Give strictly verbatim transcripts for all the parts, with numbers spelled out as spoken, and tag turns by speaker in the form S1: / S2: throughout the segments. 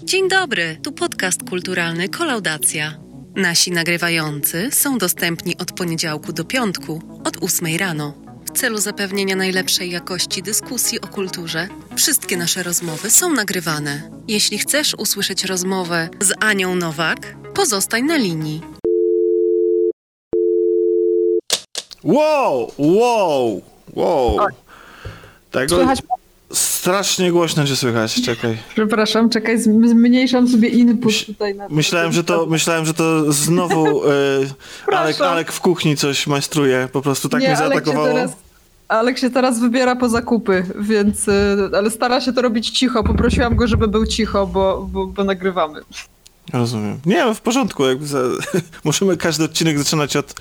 S1: Dzień dobry, tu podcast kulturalny Kolaudacja. Nasi nagrywający są dostępni od poniedziałku do piątku, od ósmej rano. W celu zapewnienia najlepszej jakości dyskusji o kulturze, wszystkie nasze rozmowy są nagrywane. Jeśli chcesz usłyszeć rozmowę z Anią Nowak, pozostań na linii.
S2: Wow, wow, wow. Tego
S3: Słychać?
S2: strasznie głośno cię słychać, czekaj.
S3: Przepraszam, czekaj, zmniejszam sobie input
S2: Myś,
S3: tutaj. Na
S2: myślałem, że to, myślałem, że to znowu y, Alek, Alek w kuchni coś majstruje, po prostu tak
S3: Nie,
S2: mnie zaatakowało.
S3: Alek się, teraz, Alek się teraz wybiera po zakupy, więc, ale stara się to robić cicho. Poprosiłam go, żeby był cicho, bo, bo, bo nagrywamy.
S2: Rozumiem. Nie, w porządku. Jakby za, możemy każdy odcinek zaczynać od,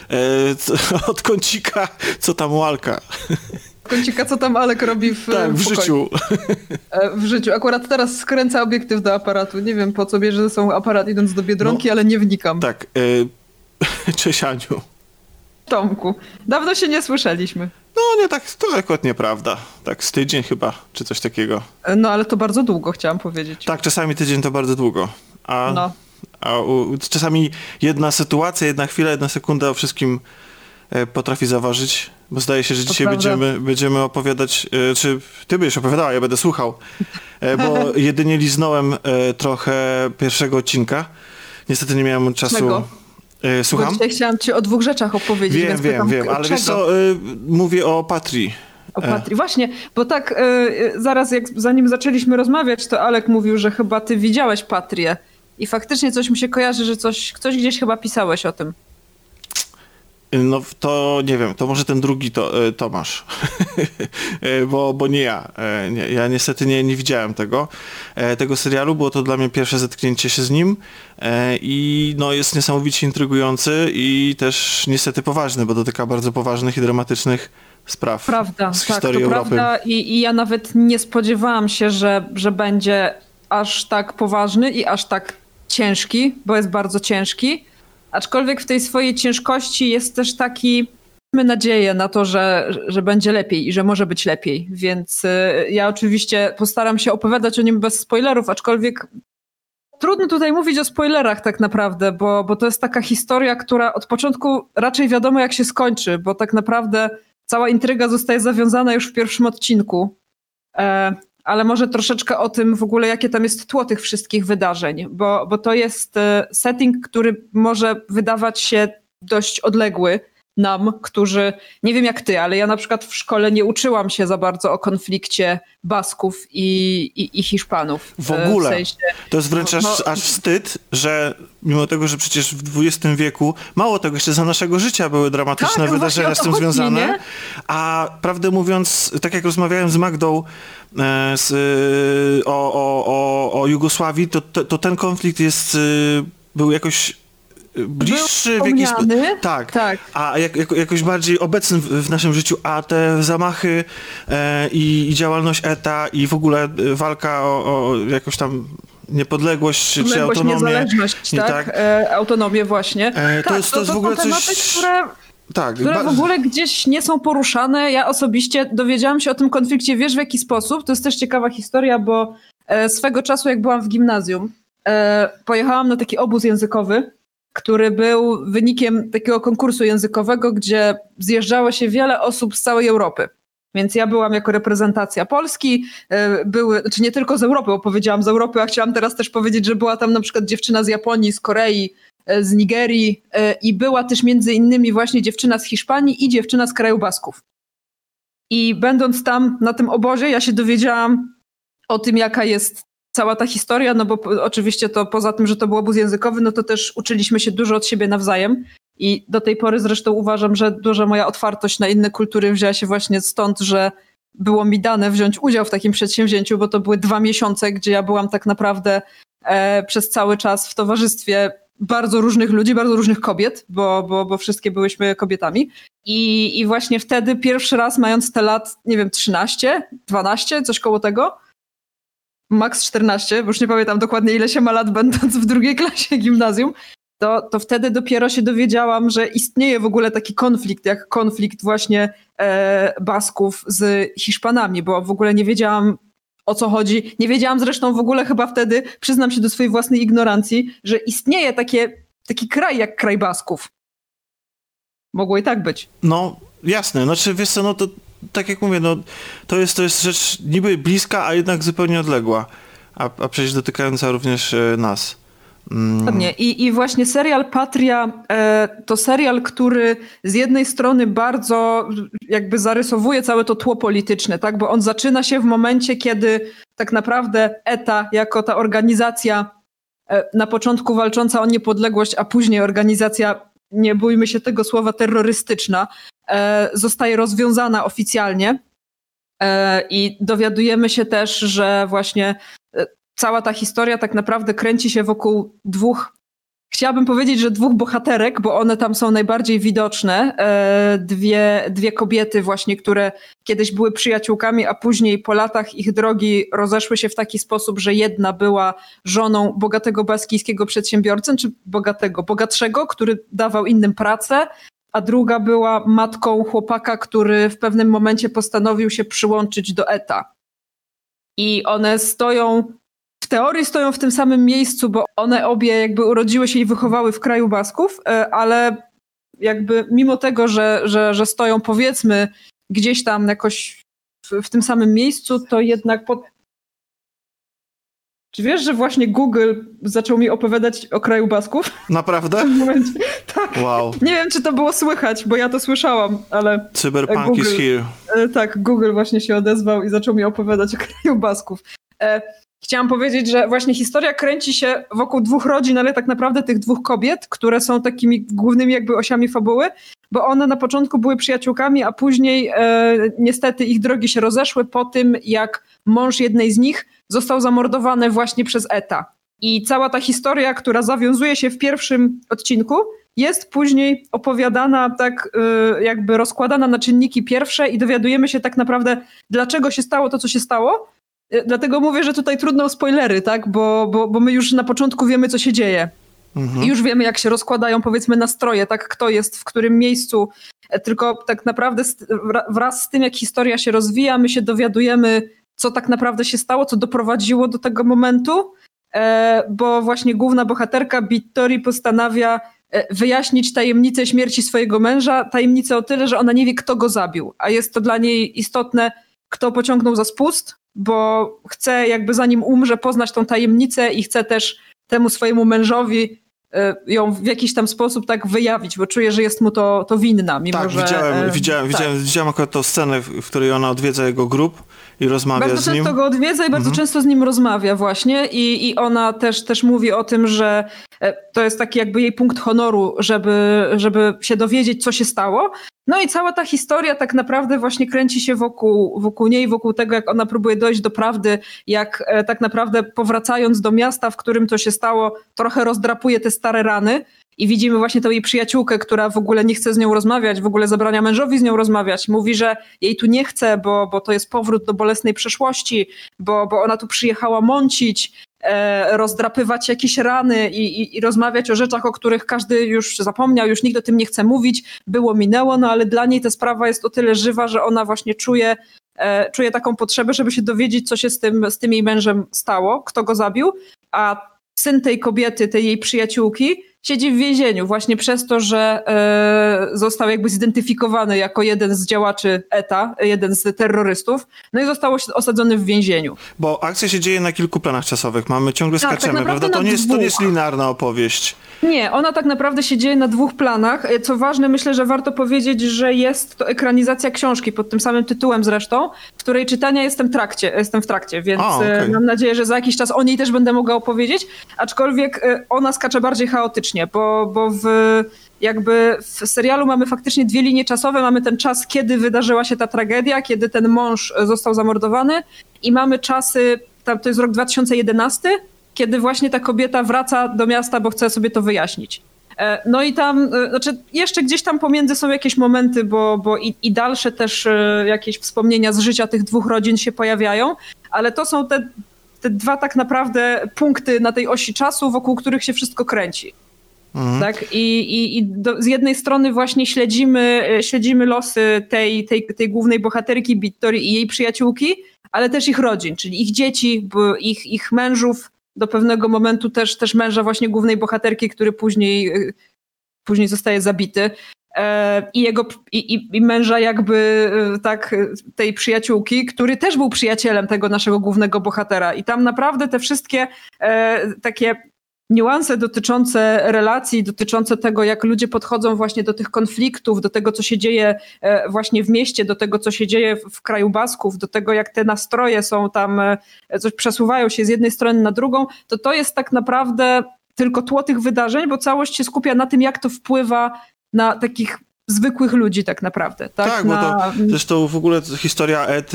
S2: e, od kącika, co tam u Alka.
S3: Kącika, co tam Alek robi w,
S2: tak, w, w życiu.
S3: W życiu. Akurat teraz skręca obiektyw do aparatu. Nie wiem, po co bierze ze sobą aparat idąc do Biedronki, no, ale nie wnikam.
S2: Tak. E, cześć, Aniu.
S3: Tomku, dawno się nie słyszeliśmy.
S2: No nie, tak, to akurat nieprawda. Tak z tydzień chyba, czy coś takiego.
S3: No ale to bardzo długo, chciałam powiedzieć.
S2: Tak, czasami tydzień to bardzo długo. A,
S3: no.
S2: a u, czasami jedna sytuacja, jedna chwila, jedna sekunda o wszystkim e, potrafi zaważyć, bo zdaje się, że dzisiaj będziemy, będziemy opowiadać, e, czy ty będziesz opowiadała, ja będę słuchał, e, bo jedynie liznąłem e, trochę pierwszego odcinka. Niestety nie miałem czasu...
S3: Czego?
S2: E, słucham?
S3: Bo dzisiaj chciałam ci o dwóch rzeczach opowiedzieć.
S2: Wiem,
S3: więc
S2: wiem,
S3: pytam,
S2: wiem, ale wiesz co, e, mówię o Patrii.
S3: O Patrii. Właśnie, bo tak y, zaraz jak zanim zaczęliśmy rozmawiać, to Alek mówił, że chyba ty widziałeś Patrię i faktycznie coś mi się kojarzy, że coś, coś gdzieś chyba pisałeś o tym.
S2: No to nie wiem, to może ten drugi to, y, Tomasz, bo, bo nie ja. E, nie, ja niestety nie, nie widziałem tego, e, tego serialu, było to dla mnie pierwsze zetknięcie się z nim e, i no, jest niesamowicie intrygujący i też niestety poważny, bo dotyka bardzo poważnych i dramatycznych spraw
S3: prawda,
S2: z
S3: tak,
S2: historii
S3: to
S2: Europy.
S3: Prawda i, i ja nawet nie spodziewałam się, że, że będzie aż tak poważny i aż tak ciężki, bo jest bardzo ciężki. Aczkolwiek w tej swojej ciężkości jest też taki, mamy nadzieję na to, że, że będzie lepiej i że może być lepiej. Więc ja oczywiście postaram się opowiadać o nim bez spoilerów, aczkolwiek trudno tutaj mówić o spoilerach tak naprawdę, bo, bo to jest taka historia, która od początku raczej wiadomo jak się skończy, bo tak naprawdę cała intryga zostaje zawiązana już w pierwszym odcinku. E, ale może troszeczkę o tym w ogóle, jakie tam jest tło tych wszystkich wydarzeń, bo, bo to jest setting, który może wydawać się dość odległy nam, którzy, nie wiem jak ty, ale ja na przykład w szkole nie uczyłam się za bardzo o konflikcie Basków i, i, i Hiszpanów.
S2: W ogóle. W
S3: sensie,
S2: to jest wręcz aż,
S3: no,
S2: aż wstyd, że mimo tego, że przecież w dwudziestym wieku, mało tego, jeszcze za naszego życia były dramatyczne
S3: tak,
S2: wydarzenia z tym
S3: chodzi,
S2: związane,
S3: nie?
S2: a prawdę mówiąc, tak jak rozmawiałem z Magdą e, z, e, o, o, o, o Jugosławii, to, to, to ten konflikt jest, e, był jakoś bliższy w jakiś sposób. Tak, tak. A jak, jak, jakoś bardziej obecny w, w naszym życiu, a te zamachy e, i, i działalność E T A i w ogóle walka o, o jakąś tam niepodległość czy, czy autonomię.
S3: Niezależność, tak? tak? E, autonomię właśnie.
S2: E, to,
S3: tak,
S2: jest, to, to jest w ogóle
S3: tematy,
S2: coś...
S3: które...
S2: Tak,
S3: które
S2: ba-
S3: w ogóle gdzieś nie są poruszane. Ja osobiście dowiedziałam się o tym konflikcie, wiesz w jaki sposób? To jest też ciekawa historia, bo e, swego czasu jak byłam w gimnazjum, e, pojechałam na taki obóz językowy, który był wynikiem takiego konkursu językowego, gdzie zjeżdżało się wiele osób z całej Europy. Więc ja byłam jako reprezentacja Polski, były, znaczy nie tylko z Europy, bo powiedziałam z Europy, a chciałam teraz też powiedzieć, że była tam na przykład dziewczyna z Japonii, z Korei, z Nigerii i była też między innymi właśnie dziewczyna z Hiszpanii i dziewczyna z kraju Basków. I będąc tam na tym obozie, ja się dowiedziałam o tym, jaka jest cała ta historia, no bo oczywiście to poza tym, że to był obóz językowy, no to też uczyliśmy się dużo od siebie nawzajem i do tej pory zresztą uważam, że duża moja otwartość na inne kultury wzięła się właśnie stąd, że było mi dane wziąć udział w takim przedsięwzięciu, bo to były dwa miesiące, gdzie ja byłam tak naprawdę e, przez cały czas w towarzystwie bardzo różnych ludzi, bardzo różnych kobiet, bo, bo, bo wszystkie byłyśmy kobietami. I, I właśnie wtedy pierwszy raz, mając te lat, nie wiem, trzynaście, dwanaście, coś koło tego, maks czternaście, bo już nie pamiętam dokładnie ile się ma lat, będąc w drugiej klasie gimnazjum, to, to wtedy dopiero się dowiedziałam, że istnieje w ogóle taki konflikt, jak konflikt właśnie e, Basków z Hiszpanami, bo w ogóle nie wiedziałam o co chodzi. Nie wiedziałam zresztą w ogóle chyba wtedy, przyznam się do swojej własnej ignorancji, że istnieje takie, taki kraj jak kraj Basków. Mogło i tak być.
S2: No, jasne. Znaczy, wiesz co, no to tak jak mówię, no to jest, to jest rzecz niby bliska, a jednak zupełnie odległa. A, a przecież dotykająca również e, nas.
S3: Mm. I, I właśnie serial Patria e, to serial, który z jednej strony bardzo jakby zarysowuje całe to tło polityczne, tak? Bo on zaczyna się w momencie, kiedy tak naprawdę E T A jako ta organizacja e, na początku walcząca o niepodległość, a później organizacja, nie bójmy się tego słowa, terrorystyczna, e, zostaje rozwiązana oficjalnie e, i dowiadujemy się też, że właśnie e, cała ta historia tak naprawdę kręci się wokół dwóch, chciałabym powiedzieć, że dwóch bohaterek, bo one tam są najbardziej widoczne. E, dwie, dwie kobiety właśnie, które kiedyś były przyjaciółkami, a później po latach ich drogi rozeszły się w taki sposób, że jedna była żoną bogatego baskijskiego przedsiębiorcy, czy bogatego, bogatszego, który dawał innym pracę, a druga była matką chłopaka, który w pewnym momencie postanowił się przyłączyć do E T A. I one stoją w teorii stoją w tym samym miejscu, bo one obie jakby urodziły się i wychowały w kraju Basków, ale jakby mimo tego, że, że, że stoją powiedzmy gdzieś tam jakoś w, w tym samym miejscu, to jednak pod... Czy wiesz, że właśnie Google zaczął mi opowiadać o kraju Basków?
S2: Naprawdę?
S3: W tym momencie. Tak.
S2: Wow.
S3: Nie wiem, czy to było słychać, bo ja to słyszałam, ale...
S2: Cyberpunk
S3: Google,
S2: is here.
S3: Tak, Google właśnie się odezwał i zaczął mi opowiadać o kraju Basków. Chciałam powiedzieć, że właśnie historia kręci się wokół dwóch rodzin, ale tak naprawdę tych dwóch kobiet, które są takimi głównymi jakby osiami fabuły, bo one na początku były przyjaciółkami, a później e, niestety ich drogi się rozeszły po tym, jak mąż jednej z nich został zamordowany właśnie przez E T A. I cała ta historia, która zawiązuje się w pierwszym odcinku, jest później opowiadana tak e, jakby rozkładana na czynniki pierwsze i dowiadujemy się tak naprawdę, dlaczego się stało to, co się stało. Dlatego mówię, że tutaj trudno o spoilery, tak? Bo, bo, bo my już na początku wiemy, co się dzieje. Mhm. I już wiemy, jak się rozkładają, powiedzmy, nastroje, tak? Kto jest w którym miejscu. Tylko tak naprawdę wraz z tym, jak historia się rozwija, my się dowiadujemy, co tak naprawdę się stało, co doprowadziło do tego momentu, bo właśnie główna bohaterka Bittori postanawia wyjaśnić tajemnicę śmierci swojego męża. Tajemnicę o tyle, że ona nie wie, kto go zabił. A jest to dla niej istotne, kto pociągnął za spust, bo chce jakby zanim umrze poznać tą tajemnicę i chce też temu swojemu mężowi ją w jakiś tam sposób tak wyjawić, bo czuje, że jest mu to, to winna. Mimo,
S2: tak,
S3: że,
S2: widziałem,
S3: e,
S2: widziałem,
S3: tak.
S2: widziałem, widziałem akurat tą scenę, w której ona odwiedza jego grób i rozmawia
S3: bardzo
S2: z nim.
S3: Bardzo często go odwiedza i bardzo mhm. często z nim rozmawia właśnie i, i ona też, też mówi o tym, że to jest taki jakby jej punkt honoru, żeby, żeby się dowiedzieć, co się stało. No i cała ta historia tak naprawdę właśnie kręci się wokół, wokół niej, wokół tego, jak ona próbuje dojść do prawdy, jak e, tak naprawdę powracając do miasta, w którym to się stało, trochę rozdrapuje te stare rany i widzimy właśnie tą jej przyjaciółkę, która w ogóle nie chce z nią rozmawiać, w ogóle zabrania mężowi z nią rozmawiać. Mówi, że jej tu nie chce, bo, bo to jest powrót do bolesnej przeszłości, bo, bo ona tu przyjechała mącić, e, rozdrapywać jakieś rany i, i, i rozmawiać o rzeczach, o których każdy już zapomniał, już nikt o tym nie chce mówić. Było, minęło, no ale dla niej ta sprawa jest o tyle żywa, że ona właśnie czuje, e, czuje taką potrzebę, żeby się dowiedzieć, co się z tym, z tym jej mężem stało, kto go zabił, a syn tej kobiety, tej jej przyjaciółki siedzi w więzieniu właśnie przez to, że e, został jakby zidentyfikowany jako jeden z działaczy E T A, jeden z terrorystów, no i został osadzony w więzieniu.
S2: Bo akcja się dzieje na kilku planach czasowych, mamy ciągle
S3: tak,
S2: skaczemy,
S3: tak
S2: prawda? To nie, jest, to nie jest linearna opowieść.
S3: Nie, ona tak naprawdę się dzieje na dwóch planach. Co ważne, myślę, że warto powiedzieć, że jest to ekranizacja książki pod tym samym tytułem zresztą, w której czytania jestem, trakcie, jestem w trakcie, więc A, okay. mam nadzieję, że za jakiś czas o niej też będę mogła opowiedzieć, aczkolwiek ona skacze bardziej chaotycznie, bo, bo w, jakby w serialu mamy faktycznie dwie linie czasowe, mamy ten czas, kiedy wydarzyła się ta tragedia, kiedy ten mąż został zamordowany i mamy czasy, to jest rok dwa tysiące jedenasty, kiedy właśnie ta kobieta wraca do miasta, bo chce sobie to wyjaśnić. No i tam, znaczy jeszcze gdzieś tam pomiędzy są jakieś momenty, bo, bo i, i dalsze też jakieś wspomnienia z życia tych dwóch rodzin się pojawiają, ale to są te, te dwa tak naprawdę punkty na tej osi czasu, wokół których się wszystko kręci. Mhm. Tak? I, i, i do, z jednej strony właśnie śledzimy, śledzimy losy tej, tej, tej głównej bohaterki Bittori i jej przyjaciółki, ale też ich rodzin, czyli ich dzieci, ich, ich mężów, do pewnego momentu też, też męża właśnie głównej bohaterki, który później, później zostaje zabity. I jego i, i męża jakby tak tej przyjaciółki, który też był przyjacielem tego naszego głównego bohatera. I tam naprawdę te wszystkie e, takie niuanse dotyczące relacji, dotyczące tego, jak ludzie podchodzą właśnie do tych konfliktów, do tego, co się dzieje e, właśnie w mieście, do tego, co się dzieje w, w kraju Basków, do tego, jak te nastroje są tam, e, coś przesuwają się z jednej strony na drugą, to to jest tak naprawdę tylko tło tych wydarzeń, bo całość się skupia na tym, jak to wpływa na takich zwykłych ludzi tak naprawdę. Tak,
S2: tak
S3: na...
S2: bo to zresztą w ogóle historia Ety,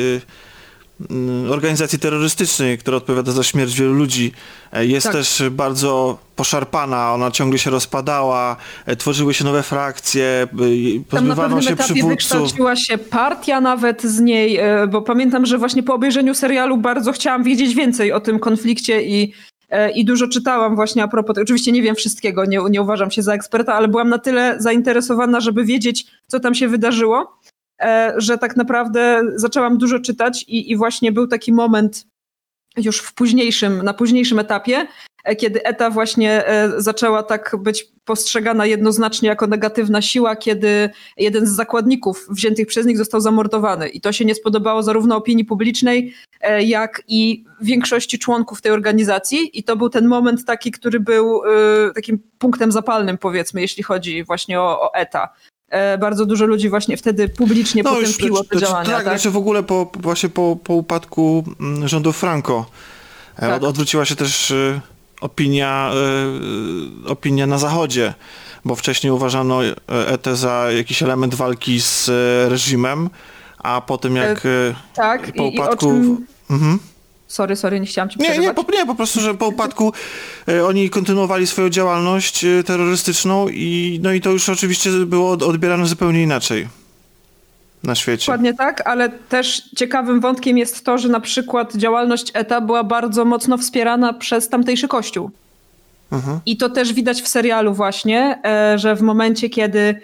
S2: y, y, organizacji terrorystycznej, która odpowiada za śmierć wielu ludzi, jest tak. też bardzo poszarpana, ona ciągle się rozpadała, tworzyły się nowe frakcje, pozbywano się przywódców. Tam na
S3: wykształciła się partia nawet z niej, bo pamiętam, że właśnie po obejrzeniu serialu bardzo chciałam wiedzieć więcej o tym konflikcie i I dużo czytałam właśnie a propos, oczywiście nie wiem wszystkiego, nie, nie uważam się za eksperta, ale byłam na tyle zainteresowana, żeby wiedzieć, co tam się wydarzyło, że tak naprawdę zaczęłam dużo czytać i, i właśnie był taki moment już w późniejszym, na późniejszym etapie, kiedy Eta właśnie zaczęła tak być postrzegana jednoznacznie jako negatywna siła, kiedy jeden z zakładników wziętych przez nich został zamordowany. I to się nie spodobało zarówno opinii publicznej, jak i większości członków tej organizacji. I to był ten moment taki, który był takim punktem zapalnym, powiedzmy, jeśli chodzi właśnie o, o Eta. Bardzo dużo ludzi właśnie wtedy publicznie no potępiło już, te to, działania.
S2: Tak, tak? Znaczy w ogóle po, właśnie po, po upadku rządów Franco tak. odwróciła się też opinia, opinia na Zachodzie, bo wcześniej uważano Etę za jakiś element walki z reżimem, a potem jak e,
S3: tak,
S2: po
S3: i,
S2: upadku...
S3: I o czym...
S2: mhm.
S3: Sorry, sorry, nie chciałam ci
S2: nie,
S3: przerywać.
S2: nie, po, nie, po prostu, że po upadku e, oni kontynuowali swoją działalność e, terrorystyczną i no i to już oczywiście było odbierane zupełnie inaczej na świecie.
S3: Dokładnie tak, ale też ciekawym wątkiem jest to, że na przykład działalność Eta była bardzo mocno wspierana przez tamtejszy kościół. Mhm. I to też widać w serialu właśnie, e, że w momencie, kiedy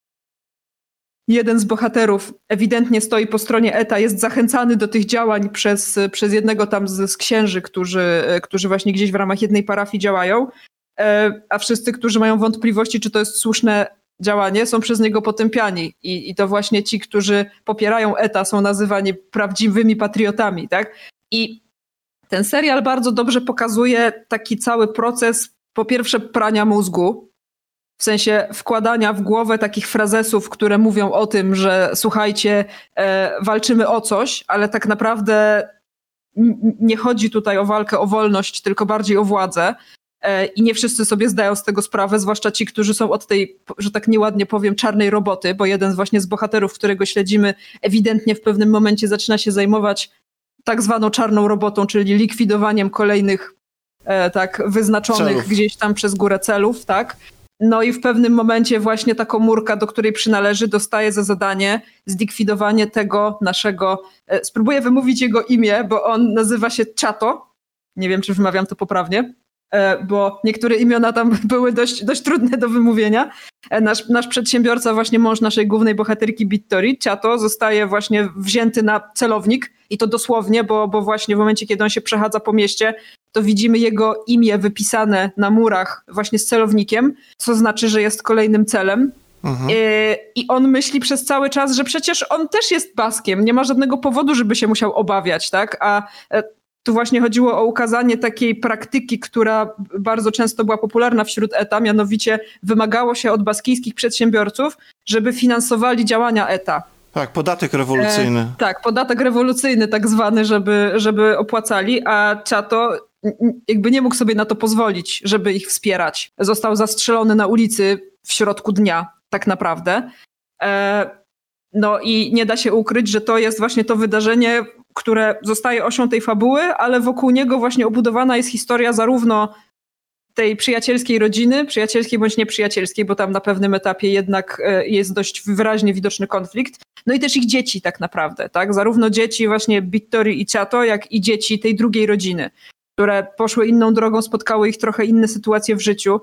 S3: jeden z bohaterów ewidentnie stoi po stronie Eta, jest zachęcany do tych działań przez, przez jednego tam z, z księży, którzy, którzy właśnie gdzieś w ramach jednej parafii działają, a wszyscy, którzy mają wątpliwości, czy to jest słuszne działanie, są przez niego potępiani. I, i to właśnie ci, którzy popierają Eta, są nazywani prawdziwymi patriotami, tak? I ten serial bardzo dobrze pokazuje taki cały proces, po pierwsze prania mózgu, w sensie wkładania w głowę takich frazesów, które mówią o tym, że słuchajcie, e, walczymy o coś, ale tak naprawdę n- nie chodzi tutaj o walkę o wolność, tylko bardziej o władzę. E, I nie wszyscy sobie zdają z tego sprawę, zwłaszcza ci, którzy są od tej, że tak nieładnie powiem, czarnej roboty, bo jeden z właśnie z bohaterów, którego śledzimy, ewidentnie w pewnym momencie zaczyna się zajmować tak zwaną czarną robotą, czyli likwidowaniem kolejnych e, tak wyznaczonych celów. Gdzieś tam przez górę celów, tak? No i w pewnym momencie właśnie ta komórka, do której przynależy, dostaje za zadanie zlikwidowanie tego naszego... Spróbuję wymówić jego imię, bo on nazywa się Chato. Nie wiem, czy wymawiam to poprawnie, bo niektóre imiona tam były dość, dość trudne do wymówienia. Nasz, nasz przedsiębiorca, właśnie mąż naszej głównej bohaterki Bittori, Chato, zostaje właśnie wzięty na celownik i to dosłownie, bo, bo właśnie w momencie, kiedy on się przechadza po mieście, to widzimy jego imię wypisane na murach właśnie z celownikiem, co znaczy, że jest kolejnym celem. Mhm. I on myśli przez cały czas, że przecież on też jest Baskiem, nie ma żadnego powodu, żeby się musiał obawiać, tak? A tu właśnie chodziło o ukazanie takiej praktyki, która bardzo często była popularna wśród Eta, mianowicie wymagało się od baskijskich przedsiębiorców, żeby finansowali działania Eta.
S2: Tak, podatek rewolucyjny. E,
S3: tak, podatek rewolucyjny tak zwany, żeby, żeby opłacali, a Chato jakby nie mógł sobie na to pozwolić, żeby ich wspierać. Został zastrzelony na ulicy w środku dnia, tak naprawdę. E, no i nie da się ukryć, że to jest właśnie to wydarzenie, które zostaje osią tej fabuły, ale wokół niego właśnie obudowana jest historia zarówno tej przyjacielskiej rodziny, przyjacielskiej bądź nieprzyjacielskiej, bo tam na pewnym etapie jednak jest dość wyraźnie widoczny konflikt. No i też ich dzieci tak naprawdę, tak? Zarówno dzieci właśnie Bittori i Chato, jak i dzieci tej drugiej rodziny, które poszły inną drogą, spotkały ich trochę inne sytuacje w życiu.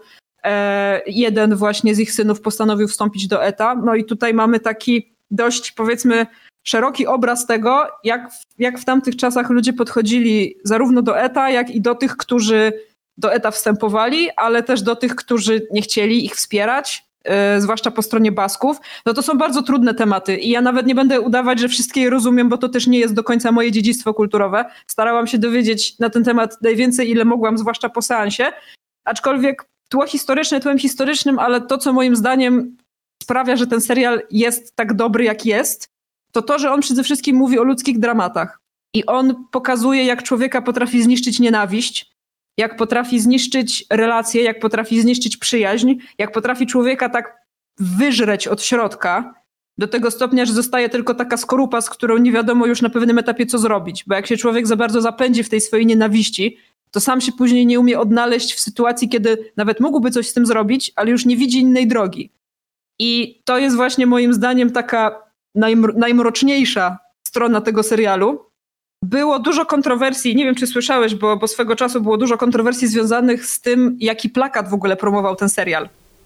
S3: E, jeden właśnie z ich synów postanowił wstąpić do Eta. No i tutaj mamy taki dość, powiedzmy, szeroki obraz tego, jak, jak w tamtych czasach ludzie podchodzili zarówno do ETA, jak i do tych, którzy do ETA wstępowali, ale też do tych, którzy nie chcieli ich wspierać, yy, zwłaszcza po stronie Basków. No to są bardzo trudne tematy i ja nawet nie będę udawać, że wszystkie je rozumiem, bo to też nie jest do końca moje dziedzictwo kulturowe. Starałam się dowiedzieć na ten temat najwięcej, ile mogłam, zwłaszcza po seansie. Aczkolwiek tło historyczne tłem historycznym, ale to, co moim zdaniem sprawia, że ten serial jest tak dobry, jak jest, to to, że on przede wszystkim mówi o ludzkich dramatach. I on pokazuje, jak człowieka potrafi zniszczyć nienawiść, jak potrafi zniszczyć relacje, jak potrafi zniszczyć przyjaźń, jak potrafi człowieka tak wyżreć od środka do tego stopnia, że zostaje tylko taka skorupa, z którą nie wiadomo już na pewnym etapie, co zrobić. Bo jak się człowiek za bardzo zapędzi w tej swojej nienawiści, to sam się później nie umie odnaleźć w sytuacji, kiedy nawet mógłby coś z tym zrobić, ale już nie widzi innej drogi. I to jest właśnie moim zdaniem taka najmro- najmroczniejsza strona tego serialu. Było dużo kontrowersji, nie wiem czy słyszałeś, bo, bo swego czasu było dużo kontrowersji związanych z tym, jaki plakat w ogóle promował ten serial.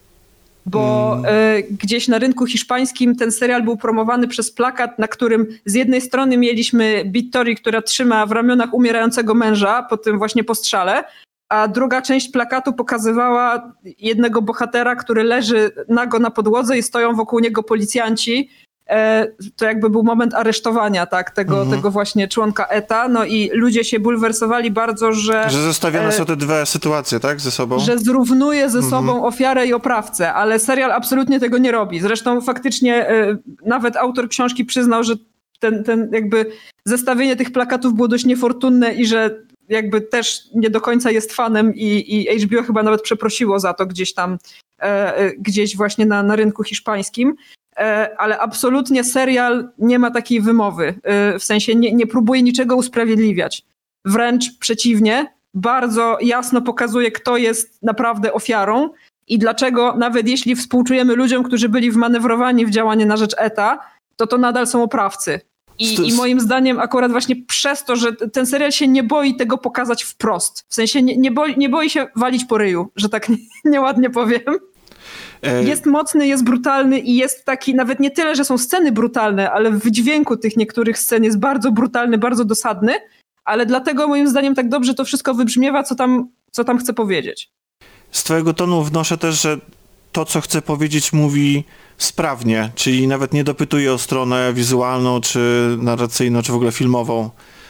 S3: Bo hmm. y, gdzieś na rynku hiszpańskim ten serial był promowany przez plakat, na którym z jednej strony mieliśmy Bittori, która trzyma w ramionach umierającego męża po tym właśnie postrzale, a druga część plakatu pokazywała jednego bohatera, który leży nago na podłodze i stoją wokół niego policjanci. To jakby był moment aresztowania, tak, tego, mhm. tego właśnie członka ETA, no i ludzie się bulwersowali bardzo, że...
S2: Że zestawione są te dwie sytuacje, tak, ze sobą?
S3: Że zrównuje ze sobą mhm. ofiarę i oprawcę, ale serial absolutnie tego nie robi. Zresztą faktycznie y, nawet autor książki przyznał, że ten, ten jakby zestawienie tych plakatów było dość niefortunne i że jakby też nie do końca jest fanem i, i H B O chyba nawet przeprosiło za to gdzieś tam, e, gdzieś właśnie na, na rynku hiszpańskim. Ale absolutnie serial nie ma takiej wymowy, w sensie nie, nie próbuje niczego usprawiedliwiać. Wręcz przeciwnie, bardzo jasno pokazuje, kto jest naprawdę ofiarą i dlaczego nawet jeśli współczujemy ludziom, którzy byli wmanewrowani w działanie na rzecz ETA, to to nadal są oprawcy. I, i moim zdaniem akurat właśnie przez to, że ten serial się nie boi tego pokazać wprost. W sensie nie, nie, boi, nie boi się walić po ryju, że tak nie, nieładnie powiem. Jest mocny, jest brutalny i jest taki, nawet nie tyle, że są sceny brutalne, ale w wydźwięku tych niektórych scen jest bardzo brutalny, bardzo dosadny, ale dlatego moim zdaniem tak dobrze to wszystko wybrzmiewa, co tam, co tam chcę powiedzieć.
S2: Z twojego tonu wnoszę też, że to, co chcę powiedzieć, mówi sprawnie, czyli nawet nie dopytuje o stronę wizualną, czy narracyjną, czy w ogóle filmową.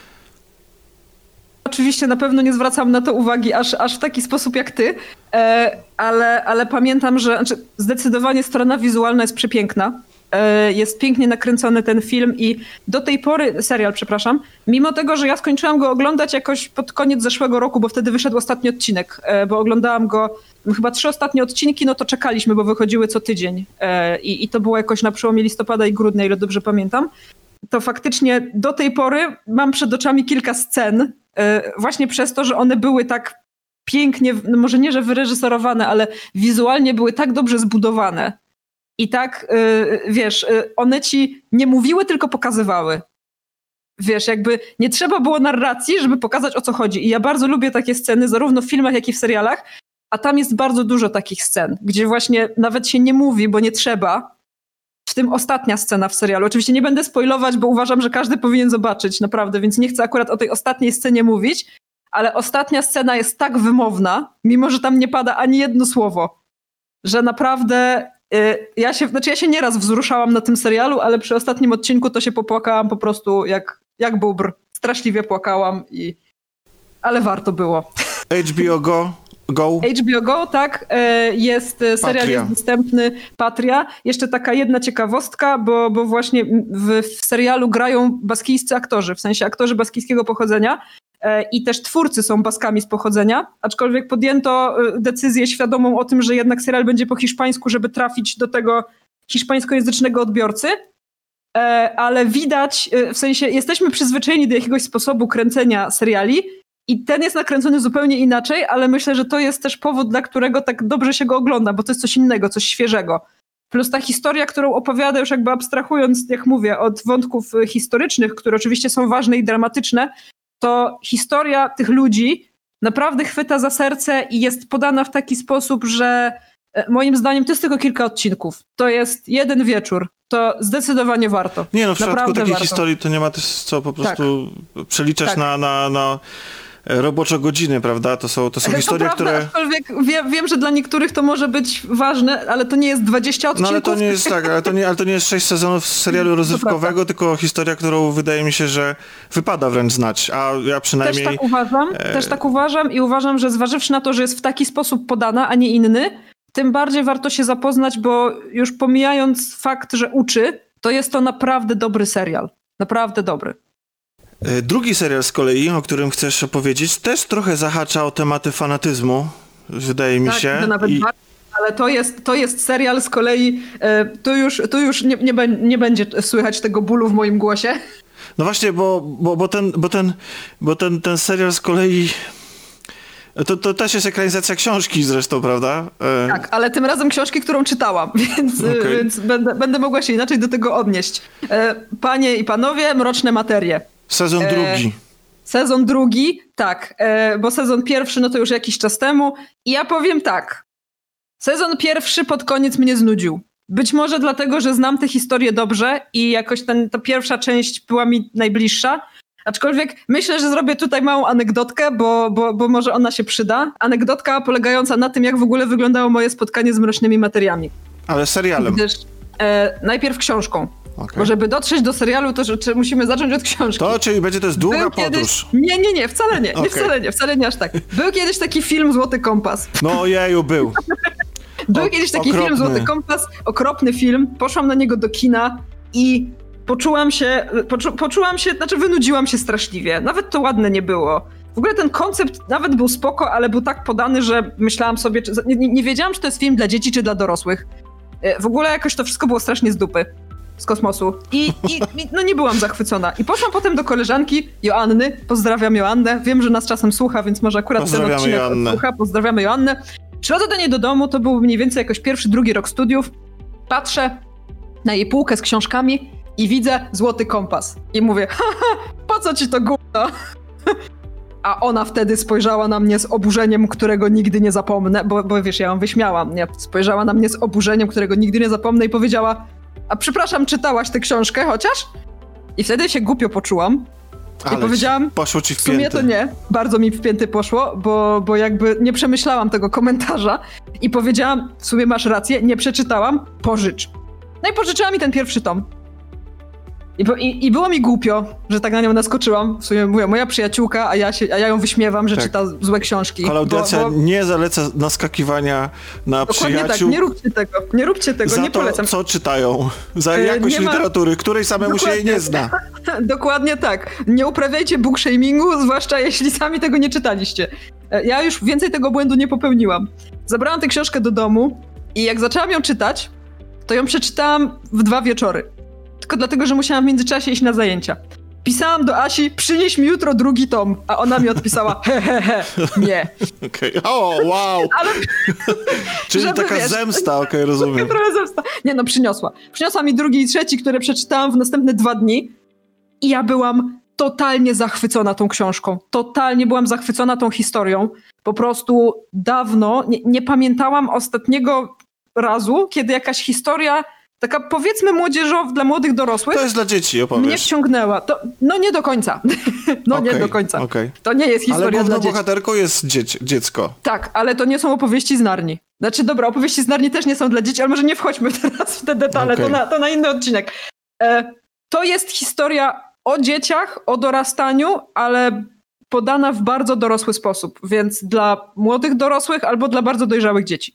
S3: Oczywiście na pewno nie zwracam na to uwagi aż, aż w taki sposób jak ty, e, ale, ale pamiętam, że znaczy zdecydowanie strona wizualna jest przepiękna. E, jest pięknie nakręcony ten film i do tej pory, serial, przepraszam, mimo tego, że ja skończyłam go oglądać jakoś pod koniec zeszłego roku, bo wtedy wyszedł ostatni odcinek, e, bo oglądałam go chyba trzy ostatnie odcinki, no to czekaliśmy, bo wychodziły co tydzień e, i, i to było jakoś na przełomie listopada i grudnia, ile dobrze pamiętam. To faktycznie do tej pory mam przed oczami kilka scen, właśnie przez to, że one były tak pięknie, no może nie, że wyreżyserowane, ale wizualnie były tak dobrze zbudowane. I tak, wiesz, one ci nie mówiły, tylko pokazywały. Wiesz, jakby nie trzeba było narracji, żeby pokazać, o co chodzi. I ja bardzo lubię takie sceny, zarówno w filmach, jak i w serialach, a tam jest bardzo dużo takich scen, gdzie właśnie nawet się nie mówi, bo nie trzeba. W tym ostatnia scena w serialu. Oczywiście nie będę spoilować, bo uważam, że każdy powinien zobaczyć, naprawdę, więc nie chcę akurat o tej ostatniej scenie mówić, ale ostatnia scena jest tak wymowna, mimo że tam nie pada ani jedno słowo, że naprawdę yy, ja się, znaczy ja się nieraz wzruszałam na tym serialu, ale przy ostatnim odcinku to się popłakałam po prostu jak, jak bóbr. Straszliwie płakałam, i ale warto było.
S2: H B O Go? Go?
S3: H B O Go, tak, jest, serial Patria. Jest dostępny, Patria. Jeszcze taka jedna ciekawostka, bo, bo właśnie w, w serialu grają baskijscy aktorzy, w sensie aktorzy baskijskiego pochodzenia i też twórcy są Baskami z pochodzenia, aczkolwiek podjęto decyzję świadomą o tym, że jednak serial będzie po hiszpańsku, żeby trafić do tego hiszpańskojęzycznego odbiorcy, ale widać, w sensie jesteśmy przyzwyczajeni do jakiegoś sposobu kręcenia seriali, i ten jest nakręcony zupełnie inaczej, ale myślę, że to jest też powód, dla którego tak dobrze się go ogląda, bo to jest coś innego, coś świeżego. Plus ta historia, którą opowiada, już jakby abstrahując, jak mówię, od wątków historycznych, które oczywiście są ważne i dramatyczne, to historia tych ludzi naprawdę chwyta za serce i jest podana w taki sposób, że moim zdaniem to jest tylko kilka odcinków. To jest jeden wieczór. To zdecydowanie warto.
S2: Nie no, w przypadku takiej
S3: warto.
S2: historii to nie ma też co po prostu tak. przeliczać tak. na... na, na... roboczo godziny, prawda? To są, to są
S3: to
S2: historie,
S3: prawda,
S2: które...
S3: Aczkolwiek wiem, wiem, że dla niektórych to może być ważne, ale to nie jest dwadzieścia odcinków.
S2: No ale to nie jest tak, ale to nie, ale to nie jest sześć sezonów serialu rozrywkowego, tylko historia, którą wydaje mi się, że wypada wręcz znać, a ja przynajmniej...
S3: Też tak uważam,
S2: e...
S3: też tak uważam i uważam, że zważywszy na to, że jest w taki sposób podana, a nie inny, tym bardziej warto się zapoznać, bo już pomijając fakt, że uczy, to jest to naprawdę dobry serial. Naprawdę dobry.
S2: Drugi serial z kolei, o którym chcesz opowiedzieć, też trochę zahacza o tematy fanatyzmu, wydaje mi
S3: tak,
S2: się.
S3: To nawet
S2: I...
S3: bardzo, ale to jest, to jest serial z kolei, e, tu już, tu już nie, nie, nie będzie słychać tego bólu w moim głosie.
S2: No właśnie, bo, bo, bo, ten, bo, ten, bo ten, ten serial z kolei... To, to też jest ekranizacja książki zresztą, prawda? E...
S3: Tak, ale tym razem książki, którą czytałam, więc, okay. więc będę, będę mogła się inaczej do tego odnieść. E, panie i panowie, Mroczne Materie.
S2: Sezon e, drugi.
S3: Sezon drugi, tak, e, bo sezon pierwszy no to już jakiś czas temu i ja powiem tak, sezon pierwszy pod koniec mnie znudził. Być może dlatego, że znam tę historię dobrze i jakoś ten, ta pierwsza część była mi najbliższa, aczkolwiek myślę, że zrobię tutaj małą anegdotkę, bo, bo, bo może ona się przyda. Anegdotka polegająca na tym, jak w ogóle wyglądało moje spotkanie z Mrocznymi Materiami.
S2: Ale serialem.
S3: Gdyż e, najpierw książką. Okay. Bo żeby dotrzeć do serialu, to że, musimy zacząć od książki.
S2: To, czyli będzie to jest długa
S3: Był
S2: podróż.
S3: Kiedyś... Nie, nie, nie, wcale nie, okay. nie, wcale nie, wcale nie aż tak. Był kiedyś taki film Złoty Kompas.
S2: No ojeju, był.
S3: Był
S2: o,
S3: kiedyś taki
S2: okropny.
S3: film Złoty Kompas, okropny film, poszłam na niego do kina i poczułam się, poczu, poczułam się, znaczy wynudziłam się straszliwie. Nawet to ładne nie było. W ogóle ten koncept nawet był spoko, ale był tak podany, że myślałam sobie, czy, nie, nie wiedziałam, czy to jest film dla dzieci, czy dla dorosłych. W ogóle jakoś to wszystko było strasznie z dupy. Z kosmosu. I, i, I no nie byłam zachwycona. I poszłam potem do koleżanki Joanny. Pozdrawiam Joannę. Wiem, że nas czasem słucha, więc może akurat ten odcinek słucha. Pozdrawiamy Joannę. Przychodzę do niej do domu, to był mniej więcej jakoś pierwszy, drugi rok studiów. Patrzę na jej półkę z książkami i widzę Złoty Kompas. I mówię, haha, po co ci to gówno? A ona wtedy spojrzała na mnie z oburzeniem, którego nigdy nie zapomnę, bo, bo wiesz, ja ją wyśmiałam. Nie? Spojrzała na mnie z oburzeniem, którego nigdy nie zapomnę i powiedziała: a przepraszam, czytałaś tę książkę chociaż? I wtedy się głupio poczułam.
S2: Ale
S3: i powiedziałam,
S2: poszło ci w
S3: w sumie to nie, bardzo mi w pięty poszło, bo, bo jakby nie przemyślałam tego komentarza i powiedziałam, w sumie masz rację, nie przeczytałam, pożycz. No i pożyczyła mi ten pierwszy tom. I, i, I było mi głupio, że tak na nią naskoczyłam. W sumie mówię, moja przyjaciółka, a ja, się, a ja ją wyśmiewam, że tak. czyta złe książki.
S2: Kolaudacja bo, bo... nie zaleca naskakiwania na
S3: Dokładnie
S2: przyjaciół.
S3: Tak, nie róbcie tego, nie róbcie tego,
S2: za
S3: nie
S2: to,
S3: polecam.
S2: co czytają, za jakość ma... literatury, której samemu Dokładnie. się jej nie zna.
S3: Dokładnie tak. Nie uprawiajcie bookshamingu, zwłaszcza jeśli sami tego nie czytaliście. Ja już więcej tego błędu nie popełniłam. Zabrałam tę książkę do domu i jak zaczęłam ją czytać, to ją przeczytałam w dwa wieczory. Tylko dlatego, że musiałam w międzyczasie iść na zajęcia. Pisałam do Asi, przynieś mi jutro drugi tom, a ona mi odpisała, he, he, he, nie.
S2: Okej, okay. O, wow!
S3: Ale,
S2: Czyli taka wiesz, zemsta, okej, okay, rozumiem.
S3: Trochę zemsta. Nie no, przyniosła. Przyniosła mi drugi i trzeci, które przeczytałam w następne dwa dni i ja byłam totalnie zachwycona tą książką. Totalnie byłam zachwycona tą historią. Po prostu dawno nie, nie pamiętałam ostatniego razu, kiedy jakaś historia taka powiedzmy młodzieżowa, dla młodych dorosłych.
S2: To jest dla dzieci, opowiesz.
S3: Mnie wciągnęła. To, no nie do końca. no okay, nie do końca. Okay. To nie jest historia dla dzieci.
S2: Ale główną bohaterką jest dzieci, dziecko.
S3: Tak, ale to nie są opowieści z Narni. Znaczy dobra, opowieści z Narni też nie są dla dzieci, ale może nie wchodźmy teraz w te detale, okay. to, na, to na inny odcinek. E, to jest historia o dzieciach, o dorastaniu, ale podana w bardzo dorosły sposób, więc dla młodych dorosłych albo dla bardzo dojrzałych dzieci.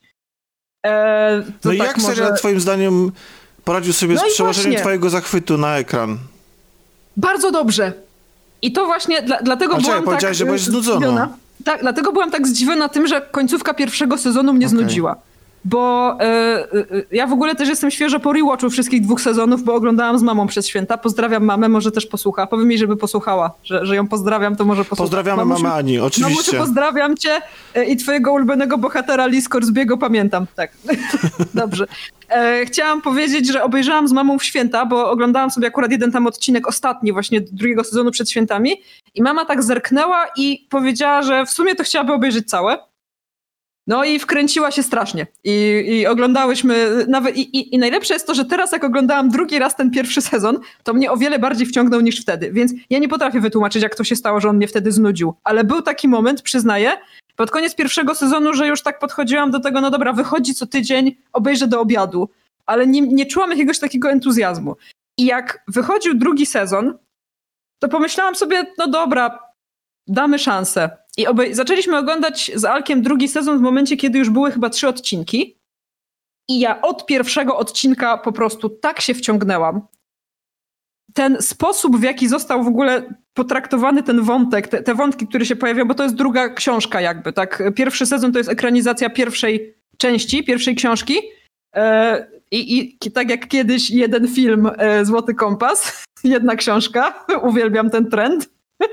S3: E,
S2: no i
S3: tak
S2: jak
S3: może...
S2: serial twoim zdaniem poradził sobie
S3: no
S2: z przełożeniem
S3: właśnie.
S2: twojego zachwytu na ekran?
S3: Bardzo dobrze. I to właśnie dla, dlatego
S2: A
S3: byłam
S2: czekaj, powiedziałeś,
S3: tak
S2: że byłaś znudzona.
S3: zdziwiona. Tak, dlatego byłam tak zdziwiona tym, że końcówka pierwszego sezonu mnie okay. znudziła. Bo y, y, ja w ogóle też jestem świeżo po rewatchu wszystkich dwóch sezonów, bo oglądałam z mamą przez święta. Pozdrawiam mamę, może też posłucha. Powiem jej, żeby posłuchała, że, że ją pozdrawiam, to może posłucha.
S2: Pozdrawiamy
S3: Mamusiu,
S2: mamę Ani, oczywiście.
S3: Mamusiu, pozdrawiam cię i twojego ulubionego bohatera Lee Scoresby'ego pamiętam. Tak, dobrze. E, chciałam powiedzieć, że obejrzałam z mamą w święta, bo oglądałam sobie akurat jeden tam odcinek ostatni właśnie drugiego sezonu przed świętami i mama tak zerknęła i powiedziała, że w sumie to chciałaby obejrzeć całe. No i wkręciła się strasznie. I, i oglądałyśmy, nawet i, i, i najlepsze jest to, że teraz jak oglądałam drugi raz ten pierwszy sezon, to mnie o wiele bardziej wciągnął niż wtedy. Więc ja nie potrafię wytłumaczyć, jak to się stało, że on mnie wtedy znudził. Ale był taki moment, przyznaję, pod koniec pierwszego sezonu, że już tak podchodziłam do tego, no dobra, wychodzi co tydzień, obejrzę do obiadu. Ale nie, nie czułam jakiegoś takiego entuzjazmu. I jak wychodził drugi sezon, to pomyślałam sobie, no dobra, damy szansę. I obej- zaczęliśmy oglądać z Alkiem drugi sezon w momencie, kiedy już były chyba trzy odcinki. I ja od pierwszego odcinka po prostu tak się wciągnęłam. Ten sposób, w jaki został w ogóle potraktowany ten wątek, te, te wątki, które się pojawiają, bo to jest druga książka jakby, tak? Pierwszy sezon to jest ekranizacja pierwszej części, pierwszej książki. E, i, I tak jak kiedyś jeden film e, Złoty Kompas, jedna książka, uwielbiam ten trend.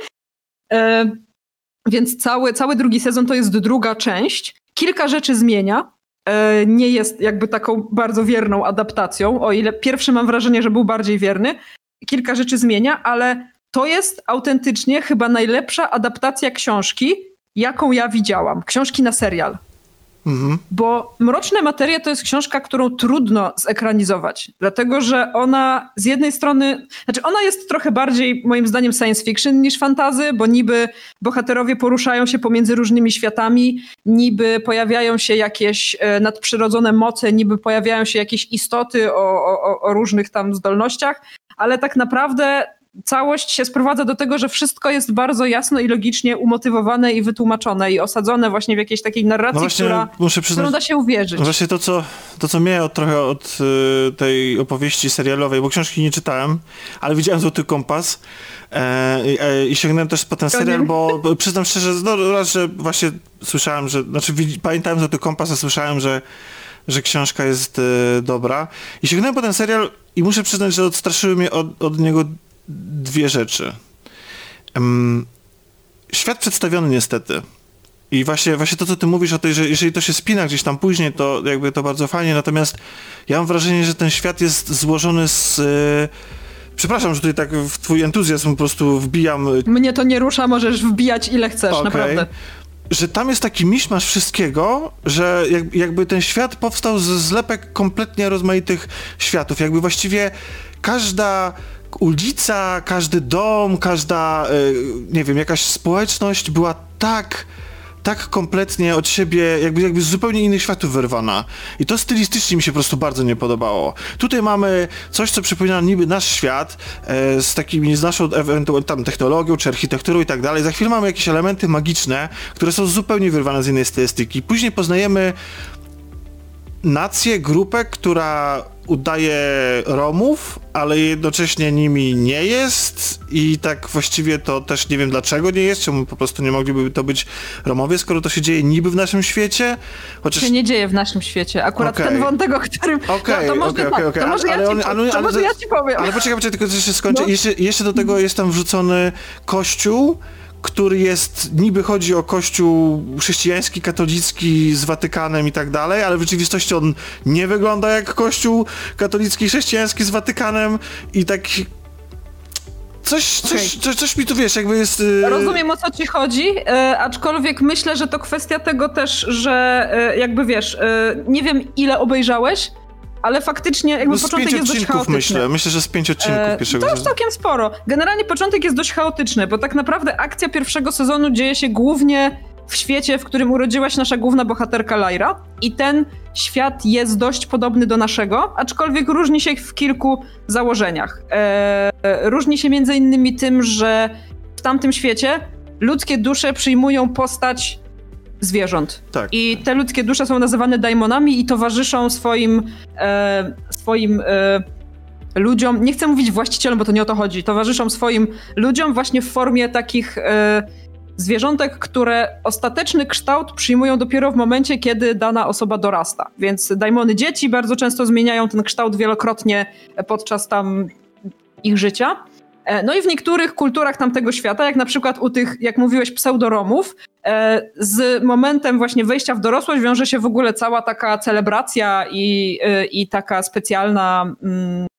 S3: E, Więc cały, cały drugi sezon to jest druga część. Kilka rzeczy zmienia. E, nie jest jakby taką bardzo wierną adaptacją, o ile pierwszy mam wrażenie, że był bardziej wierny. Kilka rzeczy zmienia, ale to jest autentycznie chyba najlepsza adaptacja książki, jaką ja widziałam. Książki na serial. Mhm. Bo Mroczne Materie to jest książka, którą trudno zekranizować. Dlatego, że ona z jednej strony... Znaczy ona jest trochę bardziej, moim zdaniem, science fiction niż fantasy, bo niby bohaterowie poruszają się pomiędzy różnymi światami, niby pojawiają się jakieś e, nadprzyrodzone moce, niby pojawiają się jakieś istoty o, o, o różnych tam zdolnościach, ale tak naprawdę... Całość się sprowadza do tego, że wszystko jest bardzo jasno i logicznie umotywowane i wytłumaczone i osadzone właśnie w jakiejś takiej narracji, no właśnie, która, muszę przyznać, którą da się uwierzyć.
S2: Właśnie to, co, to, co mnie od, trochę od y, tej opowieści serialowej, bo książki nie czytałem, ale widziałem Złoty Kompas e, e, i sięgnąłem też po ten serial, bo, bo przyznam szczerze, no raz, że właśnie słyszałem, że, znaczy pamiętałem Złoty Kompas, a słyszałem, że że książka jest y, dobra. I sięgnąłem po ten serial i muszę przyznać, że odstraszyły mnie od, od niego dwie rzeczy. Um, świat przedstawiony niestety. I właśnie, właśnie to, co ty mówisz o tej, że jeżeli to się spina gdzieś tam później, to jakby to bardzo fajnie, natomiast ja mam wrażenie, że ten świat jest złożony z... Y, przepraszam, że tutaj tak w twój entuzjazm po prostu wbijam...
S3: Mnie to nie rusza, możesz wbijać ile chcesz, okay. Naprawdę.
S2: Że tam jest taki miszmasz wszystkiego, że jak, jakby ten świat powstał ze zlepek kompletnie rozmaitych światów. Jakby właściwie każda ulica, każdy dom, każda, nie wiem, jakaś społeczność była tak, tak kompletnie od siebie, jakby, jakby z zupełnie innych światów wyrwana. I to stylistycznie mi się po prostu bardzo nie podobało. Tutaj mamy coś, co przypomina niby nasz świat, e, z takimi, z naszą ewentualnie tam technologią, czy architekturą i tak dalej. Za chwilę mamy jakieś elementy magiczne, które są zupełnie wyrwane z innej stylistyki. Później poznajemy nację, grupę, która udaje Romów, ale jednocześnie nimi nie jest i tak właściwie to też nie wiem dlaczego nie jest, czemu po prostu nie mogliby to być Romowie, skoro to się dzieje niby w naszym świecie.
S3: Chociaż... się nie dzieje w naszym świecie. Akurat okay. ten wątek, o którym...
S2: Okay,
S3: no, to może,
S2: okay,
S3: tak,
S2: okay, okay.
S3: to może,
S2: ale,
S3: ja,
S2: ale,
S3: ci,
S2: ale,
S3: to
S2: ale,
S3: może ja ci powiem.
S2: Ale poczekaj, poczekaj, tylko jeszcze skończę.
S3: No.
S2: Jeszcze, jeszcze do tego jest tam wrzucony kościół, który jest, niby chodzi o kościół chrześcijański, katolicki z Watykanem i tak dalej, ale w rzeczywistości on nie wygląda jak kościół katolicki, chrześcijański z Watykanem i tak coś, coś, okay. coś, coś mi tu wiesz, jakby jest... Yy...
S3: Rozumiem, o co ci chodzi, yy, aczkolwiek myślę, że to kwestia tego też, że yy, jakby wiesz, yy, nie wiem ile obejrzałeś, ale faktycznie jakby no początek jest dość chaotyczny.
S2: Myślę. myślę, że z pięć odcinków e, pierwszego
S3: To już całkiem sporo. Generalnie początek jest dość chaotyczny, bo tak naprawdę akcja pierwszego sezonu dzieje się głównie w świecie, w którym urodziła się nasza główna bohaterka Lyra i ten świat jest dość podobny do naszego, aczkolwiek różni się w kilku założeniach. E, różni się między innymi tym, że w tamtym świecie ludzkie dusze przyjmują postać zwierząt.
S2: Tak.
S3: I te ludzkie dusze są nazywane daimonami i towarzyszą swoim e, swoim e, ludziom, nie chcę mówić właścicielom, bo to nie o to chodzi, towarzyszą swoim ludziom właśnie w formie takich e, zwierzątek, które ostateczny kształt przyjmują dopiero w momencie, kiedy dana osoba dorasta. Więc daimony dzieci bardzo często zmieniają ten kształt wielokrotnie podczas tam ich życia. No i w niektórych kulturach tamtego świata, jak na przykład u tych, jak mówiłeś, pseudoromów, z momentem właśnie wejścia w dorosłość wiąże się w ogóle cała taka celebracja i, i taka specjalna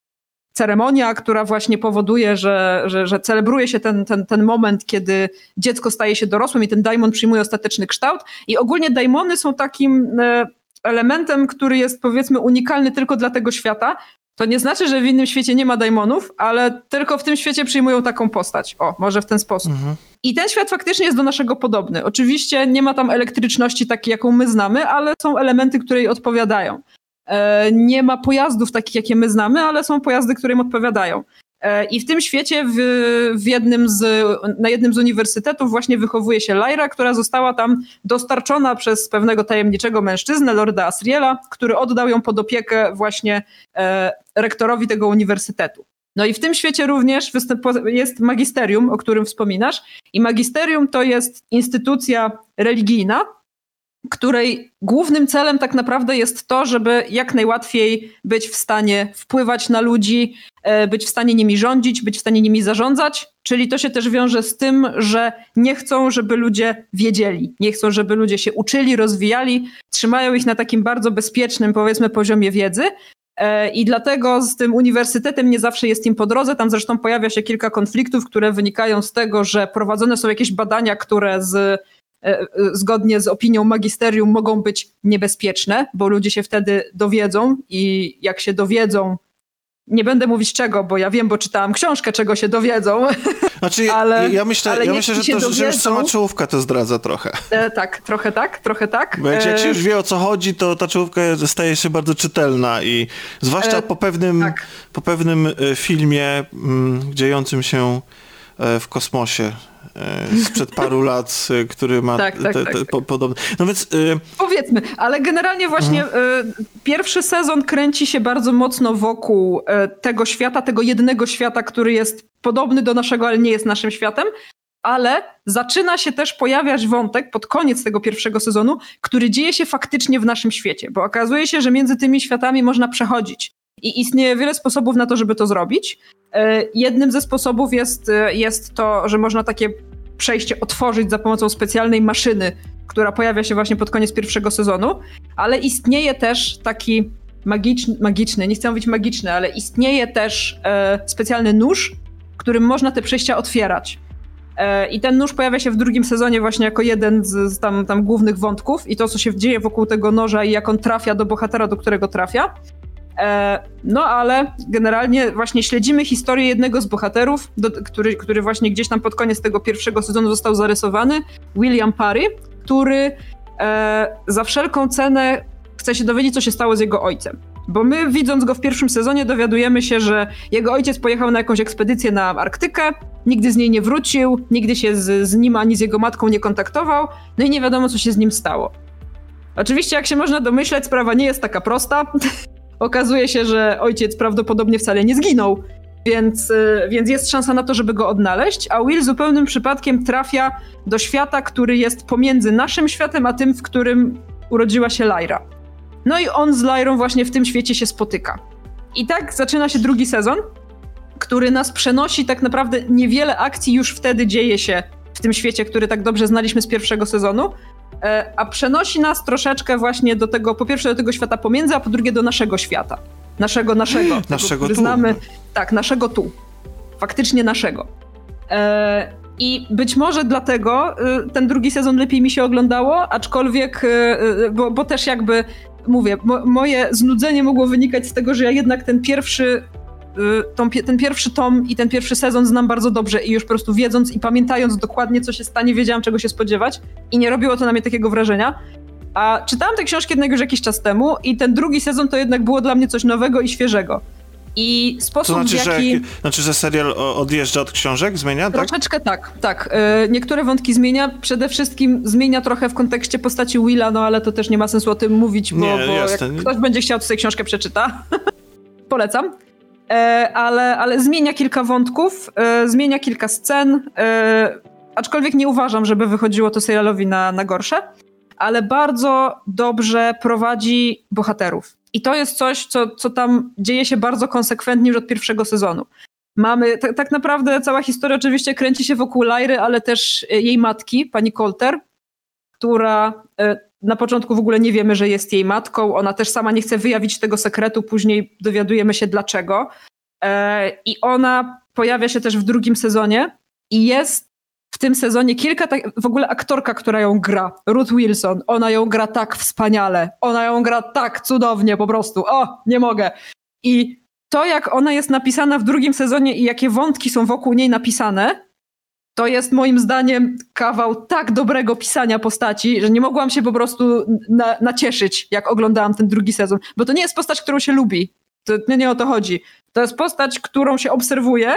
S3: ceremonia, która właśnie powoduje, że, że, że celebruje się ten, ten, ten moment, kiedy dziecko staje się dorosłym i ten daimon przyjmuje ostateczny kształt. I ogólnie daimony są takim elementem, który jest powiedzmy unikalny tylko dla tego świata. To nie znaczy, że w innym świecie nie ma daimonów, ale tylko w tym świecie przyjmują taką postać. O, może w ten sposób. Mhm. I ten świat faktycznie jest do naszego podobny. Oczywiście nie ma tam elektryczności takiej, jaką my znamy, ale są elementy, które jej odpowiadają. E, nie ma pojazdów takich, jakie my znamy, ale są pojazdy, które im odpowiadają. E, I w tym świecie w, w jednym z, na jednym z uniwersytetów właśnie wychowuje się Lyra, która została tam dostarczona przez pewnego tajemniczego mężczyznę, Lorda Asriela, który oddał ją pod opiekę właśnie e, rektorowi tego uniwersytetu. No i w tym świecie również jest magisterium, o którym wspominasz. I magisterium to jest instytucja religijna, której głównym celem tak naprawdę jest to, żeby jak najłatwiej być w stanie wpływać na ludzi, być w stanie nimi rządzić, być w stanie nimi zarządzać. Czyli to się też wiąże z tym, że nie chcą, żeby ludzie wiedzieli. Nie chcą, żeby ludzie się uczyli, rozwijali. Trzymają ich na takim bardzo bezpiecznym, powiedzmy, poziomie wiedzy. I dlatego z tym uniwersytetem nie zawsze jest im po drodze. Tam zresztą pojawia się kilka konfliktów, które wynikają z tego, że prowadzone są jakieś badania, które z, zgodnie z opinią magisterium mogą być niebezpieczne, bo ludzie się wtedy dowiedzą i jak się dowiedzą, nie będę mówić czego, bo ja wiem, bo czytałam książkę, czego się dowiedzą.
S2: Znaczy, ale, ja myślę, ale ja myślę że, to, dowiedzą, że już sama czołówka to zdradza trochę.
S3: E, tak, trochę tak, trochę tak.
S2: Bo jak, jak się już wie, o co chodzi, to ta czołówka staje się bardzo czytelna i zwłaszcza e, po pewnym, tak. po pewnym filmie m, dziejącym się w kosmosie sprzed paru lat, który ma tak, tak, te, te, tak, po, podobne. No więc... Y...
S3: Powiedzmy, ale generalnie właśnie mhm. y, pierwszy sezon kręci się bardzo mocno wokół y, tego świata, tego jednego świata, który jest podobny do naszego, ale nie jest naszym światem, ale zaczyna się też pojawiać wątek pod koniec tego pierwszego sezonu, który dzieje się faktycznie w naszym świecie, bo okazuje się, że między tymi światami można przechodzić. I istnieje wiele sposobów na to, żeby to zrobić. Jednym ze sposobów jest, jest to, że można takie przejście otworzyć za pomocą specjalnej maszyny, która pojawia się właśnie pod koniec pierwszego sezonu, ale istnieje też taki magiczny, magiczny nie chcę mówić magiczny, ale istnieje też e, specjalny nóż, którym można te przejścia otwierać. E, I ten nóż pojawia się w drugim sezonie właśnie jako jeden z, z tam, tam głównych wątków i to, co się dzieje wokół tego noża i jak on trafia do bohatera, do którego trafia. No ale generalnie właśnie śledzimy historię jednego z bohaterów, do, który, który właśnie gdzieś tam pod koniec tego pierwszego sezonu został zarysowany, William Parry, który e, za wszelką cenę chce się dowiedzieć, co się stało z jego ojcem. Bo my, widząc go w pierwszym sezonie, dowiadujemy się, że jego ojciec pojechał na jakąś ekspedycję na Arktykę, nigdy z niej nie wrócił, nigdy się z, z nim ani z jego matką nie kontaktował, no i nie wiadomo, co się z nim stało. Oczywiście, jak się można domyśleć, sprawa nie jest taka prosta. Okazuje się, że ojciec prawdopodobnie wcale nie zginął, więc, więc jest szansa na to, żeby go odnaleźć, a Will zupełnym przypadkiem trafia do świata, który jest pomiędzy naszym światem, a tym, w którym urodziła się Lyra. No i on z Lyrą właśnie w tym świecie się spotyka. I tak zaczyna się drugi sezon, który nas przenosi, tak naprawdę niewiele akcji już wtedy dzieje się w tym świecie, który tak dobrze znaliśmy z pierwszego sezonu, a przenosi nas troszeczkę właśnie do tego, po pierwsze do tego świata pomiędzy, a po drugie do naszego świata. Naszego, naszego.
S2: Naszego
S3: tego,
S2: tu.
S3: Znamy. Tak, naszego tu. Faktycznie naszego. E, I być może dlatego e, ten drugi sezon lepiej mi się oglądało, aczkolwiek, e, bo, bo też jakby, mówię, mo, moje znudzenie mogło wynikać z tego, że ja jednak ten pierwszy Tą, ten pierwszy tom i ten pierwszy sezon znam bardzo dobrze i już po prostu wiedząc i pamiętając dokładnie, co się stanie, wiedziałam, czego się spodziewać i nie robiło to na mnie takiego wrażenia. A czytałam tę książkę jednak już jakiś czas temu i ten drugi sezon to jednak było dla mnie coś nowego i świeżego. I sposób,
S2: to znaczy,
S3: w jaki...
S2: Że, znaczy, że serial odjeżdża od książek, zmienia, tak?
S3: Troszeczkę tak, tak. Niektóre wątki zmienia, przede wszystkim zmienia trochę w kontekście postaci Willa, no ale to też nie ma sensu o tym mówić, bo, nie, bo jak ktoś będzie chciał, to sobie książkę przeczyta. Polecam. Ale, ale zmienia kilka wątków, zmienia kilka scen, aczkolwiek nie uważam, żeby wychodziło to serialowi na, na gorsze, ale bardzo dobrze prowadzi bohaterów. I to jest coś, co, co tam dzieje się bardzo konsekwentnie już od pierwszego sezonu. Mamy, tak, tak naprawdę cała historia oczywiście kręci się wokół Lyry, ale też jej matki, pani Coulter, która na początku w ogóle nie wiemy, że jest jej matką. Ona też sama nie chce wyjawić tego sekretu, później dowiadujemy się dlaczego. E, I ona pojawia się też w drugim sezonie i jest w tym sezonie kilka, tak, w ogóle aktorka, która ją gra, Ruth Wilson, ona ją gra tak wspaniale, ona ją gra tak cudownie po prostu, o, nie mogę. I to, jak ona jest napisana w drugim sezonie i jakie wątki są wokół niej napisane, to jest moim zdaniem kawał tak dobrego pisania postaci, że nie mogłam się po prostu na, nacieszyć, jak oglądałam ten drugi sezon, bo to nie jest postać, którą się lubi, to nie, nie o to chodzi. To jest postać, którą się obserwuje